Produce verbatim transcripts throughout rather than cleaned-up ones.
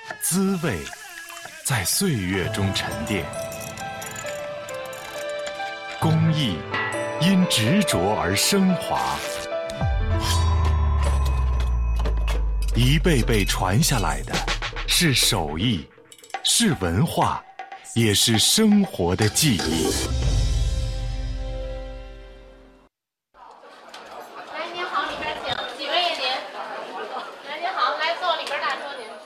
滋味在岁月中沉淀，工艺因执着而升华，一辈辈传下来的是手艺，是文化，也是生活的记忆。 来，您好，里边请。几位呀您？来，您好，来坐里边大桌您。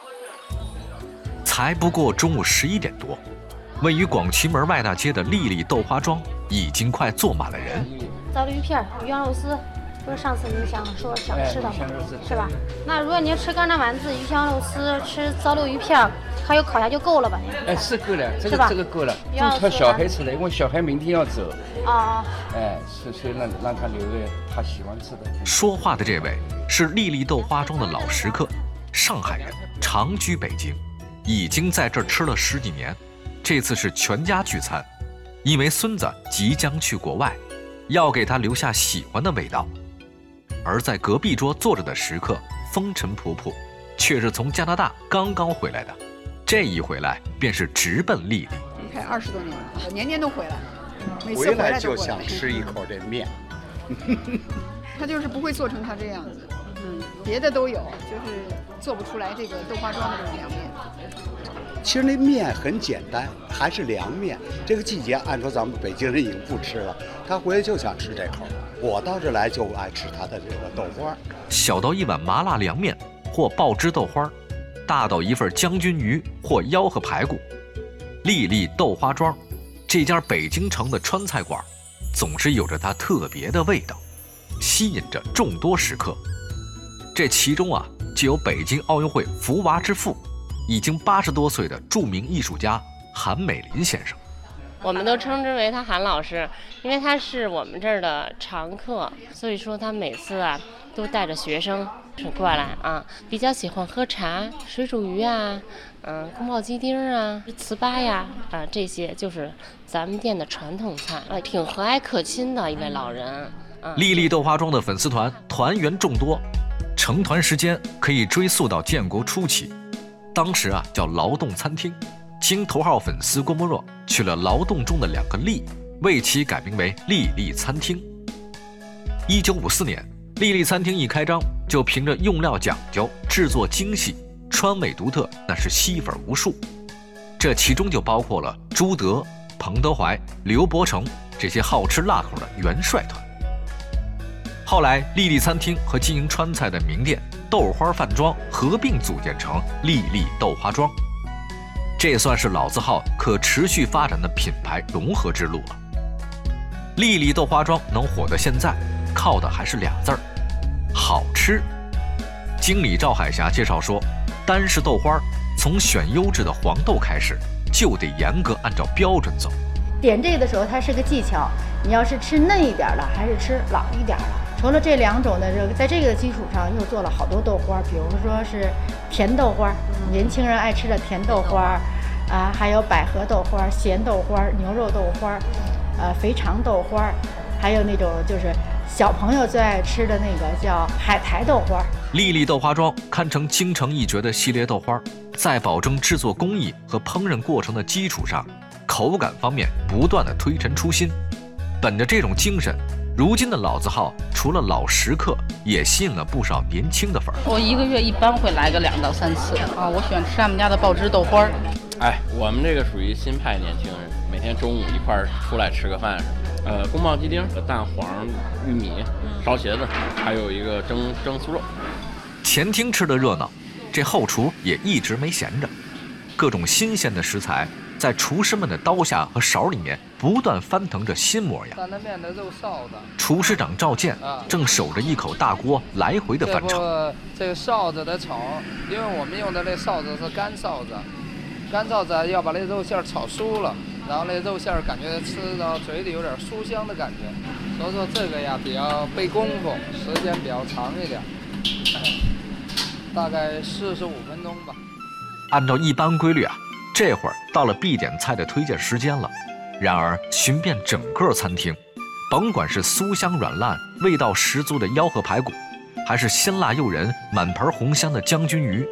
才不过中午十一点多，位于广渠门外大街的丽丽豆花庄已经快坐满了人。 糟溜鱼片、鱼香肉丝，不是上次您想说想吃的吗？是吧？那如果您吃干炸丸子、鱼香肉丝，吃糟溜鱼片，还有烤鸭就够了吧？ 哎，是够了，这是吧个这个够了。就挑小孩吃的，因为小孩明天要走。 啊。 哎，是所以让让他留个他喜欢吃的。 说话的这位是丽丽豆花庄的老食客，上海人，长居北京，已经在这儿吃了十几年。这次是全家聚餐，因为孙子即将去国外，要给他留下喜欢的味道。而在隔壁桌坐着的食客风尘仆仆，却是从加拿大刚刚回来的。这一回来便是直奔丽丽。 你看二十多年了，我年年都回来，每次回来来就想吃一口这面。 他就是不会做成他这样子，嗯，别的都有，就是做不出来这个豆花庄的这种凉面。 其实那面很简单，还是凉面。这个季节，按说咱们北京人已经不吃了，他回来就想吃这口。我到这来就爱吃他的这个豆花， 小到一碗麻辣凉面或爆汁豆花，大到一份将军鱼或吆喝排骨。丽丽豆花庄这家北京城的川菜馆，总是有着它特别的味道，吸引着众多食客。这其中啊，就有北京奥运会福娃之父，已经八十多岁的著名艺术家韩美林先生。 我们都称之为他韩老师，因为他是我们这儿的常客，所以说他每次啊都带着学生过来啊，比较喜欢喝茶、水煮鱼啊，嗯，宫保鸡丁啊、糍粑呀，啊，这些就是咱们店的传统菜，呃，挺和蔼可亲的一位老人。嗯、 丽丽豆花庄的粉丝团团员众多，成团时间可以追溯到建国初期，当时啊叫劳动餐厅。经头号粉丝郭沫若取了劳动中的两个丽，为其改名为丽丽餐厅。一九五四年，丽丽餐厅一开张，就凭着用料讲究、制作精细、川味独特，那是吸粉无数。这其中就包括了朱德、彭德怀、刘伯承这些好吃辣口的元帅团。后来，丽丽餐厅和经营川菜的名店豆花饭庄合并组建成丽丽豆花庄。这算是老字号可持续发展的品牌融合之路了。丽丽豆花庄能火到现在，靠的还是俩字儿：好吃。经理赵海霞介绍说，单是豆花，从选优质的黄豆开始，就得严格按照标准走。 点这个的时候，它是个技巧，你要是吃嫩一点的，还是吃老一点的。除了这两种的这个，在这个基础上又做了好多豆花，比如说是甜豆花，年轻人爱吃的甜豆花，啊，还有百合豆花、咸豆花、牛肉豆花，呃，肥肠豆花，还有那种就是小朋友最爱吃的那个叫海苔豆花。 丽丽豆花庄堪称京城一绝的系列豆花，在保证制作工艺和烹饪过程的基础上，口感方面不断的推陈出新。本着这种精神，如今的老字号除了老食客，也吸引了不少年轻的粉儿。 我一个月一般会来个两到三次啊，我喜欢吃他们家的爆汁豆花。 哎，我们这个属于新派年轻人，每天中午一块儿出来吃个饭什么的。呃，宫保鸡丁、蛋黄、玉米、烧茄子，还有一个蒸蒸酥肉。 前厅吃的热闹，这后厨也一直没闲着，各种新鲜的食材在厨师们的刀下和勺里面不断翻腾着新模样。 担担面的肉臊子， 厨师长赵健正守着一口大锅来回的翻炒。 这, 这个臊子的炒，因为我们用的那臊子是干臊子，干臊子要把那肉馅炒酥了，然后那肉馅感觉吃到嘴里有点酥香的感觉，所以说这个呀比较费功夫，时间比较长一点，大概四十五分钟吧。 按照一般规律啊，这会儿到了必点菜的推荐时间了。然而寻遍整个餐厅，甭管是酥香软烂、味道十足的吆喝排骨，还是鲜辣诱人、满盆红香的将军鱼，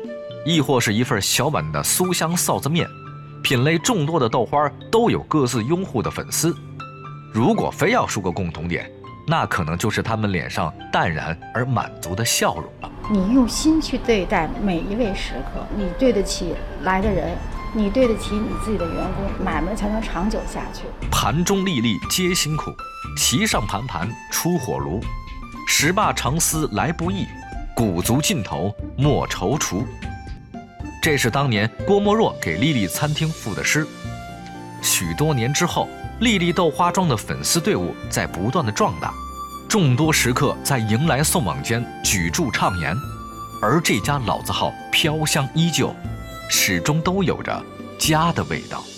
亦或是一份小碗的酥香臊子面，品类众多的豆花都有各自拥护的粉丝。如果非要说个共同点，那可能就是他们脸上淡然而满足的笑容了。 你用心去对待每一位食客，你对得起来的人，你对得起你自己的员工，买卖才能长久下去。 盘中粒粒皆辛苦，席上盘盘出火炉。十霸长丝来不易，鼓足劲头莫踌躇。这是当年郭沫若给丽丽餐厅赋的诗。许多年之后，丽丽豆花庄的粉丝队伍在不断的壮大，众多食客在迎来送往间举箸畅言，而这家老字号飘香依旧，始终都有着家的味道。